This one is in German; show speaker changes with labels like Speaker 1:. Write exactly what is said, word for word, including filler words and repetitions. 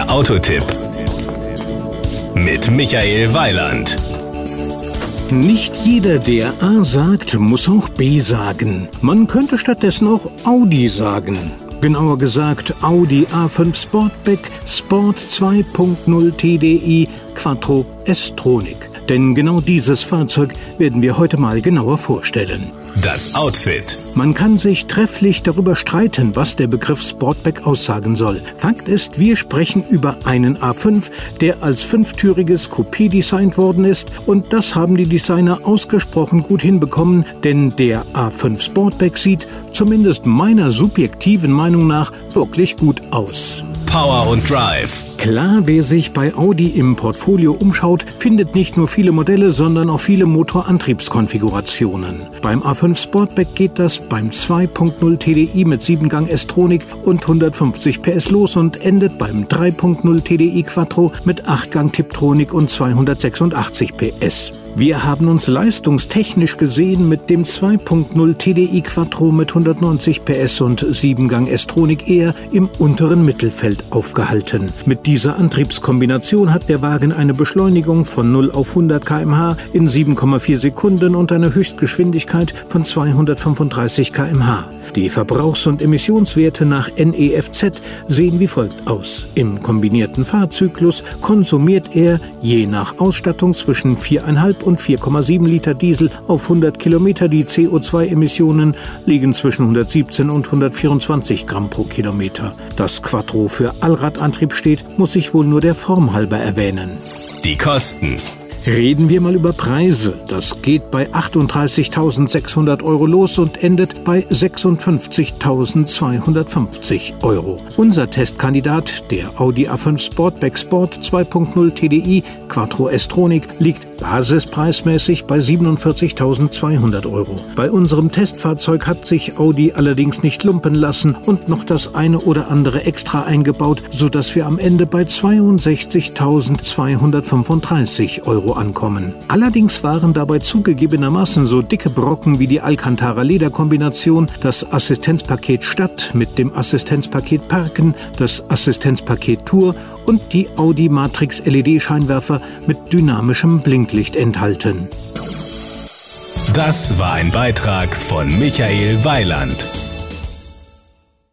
Speaker 1: Der Autotipp mit Michael Weiland.
Speaker 2: Nicht jeder, der A sagt, muss auch B sagen. Man könnte stattdessen auch Audi sagen. Genauer gesagt Audi A fünf Sportback Sport zwei Punkt null T D I Quattro S-Tronic. Denn genau dieses Fahrzeug werden wir heute mal genauer vorstellen.
Speaker 1: Das Outfit.
Speaker 2: Man kann sich trefflich darüber streiten, was der Begriff Sportback aussagen soll. Fakt ist, wir sprechen über einen A fünf, der als fünftüriges Coupé designt worden ist. Und das haben die Designer ausgesprochen gut hinbekommen, denn der A fünf Sportback sieht, zumindest meiner subjektiven Meinung nach, wirklich gut aus.
Speaker 1: Power und Drive.
Speaker 2: Klar, wer sich bei Audi im Portfolio umschaut, findet nicht nur viele Modelle, sondern auch viele Motorantriebskonfigurationen. Beim A fünf Sportback geht das beim zwei Punkt null T D I mit sieben Gang S-Tronic und hundertfünfzig P S los und endet beim drei Punkt null T D I Quattro mit acht Gang Tiptronic und zweihundertsechsundachtzig P S. Wir haben uns leistungstechnisch gesehen mit dem zwei Punkt null T D I Quattro mit hundertneunzig P S und sieben Gang S-Tronic eher im unteren Mittelfeld aufgehalten. Mit dieser Antriebskombination hat der Wagen eine Beschleunigung von null auf hundert Kilometer pro Stunde in sieben Komma vier Sekunden und eine Höchstgeschwindigkeit von zweihundertfünfunddreißig Kilometer pro Stunde. Die Verbrauchs- und Emissionswerte nach N E F Z sehen wie folgt aus. Im kombinierten Fahrzyklus konsumiert er je nach Ausstattung zwischen vier Komma fünf und vier Komma sieben Liter Diesel auf hundert Kilometer. Die C O zwei Emissionen liegen zwischen hundertsiebzehn und hundertvierundzwanzig Gramm pro Kilometer. Dass Quattro für Allradantrieb steht, muss ich wohl nur der Form halber erwähnen.
Speaker 1: Die Kosten.
Speaker 2: Reden wir mal über Preise. Das geht bei achtunddreißigtausendsechshundert Euro los und endet bei sechsundfünfzigtausendzweihundertfünfzig Euro. Unser Testkandidat, der Audi A fünf Sportback Sport zwei Punkt null T D I Quattro S-Tronic, liegt basispreismäßig bei siebenundvierzigtausendzweihundert Euro. Bei unserem Testfahrzeug hat sich Audi allerdings nicht lumpen lassen und noch das eine oder andere extra eingebaut, sodass wir am Ende bei zweiundsechzigtausendzweihundertfünfunddreißig Euro ankommen. Allerdings waren dabei zugegebenermaßen so dicke Brocken wie die Alcantara-Lederkombination, das Assistenzpaket Stadt mit dem Assistenzpaket Parken, das Assistenzpaket Tour und die Audi Matrix L E D-Scheinwerfer mit dynamischem Blinklicht enthalten.
Speaker 1: Das war ein Beitrag von Michael Weiland.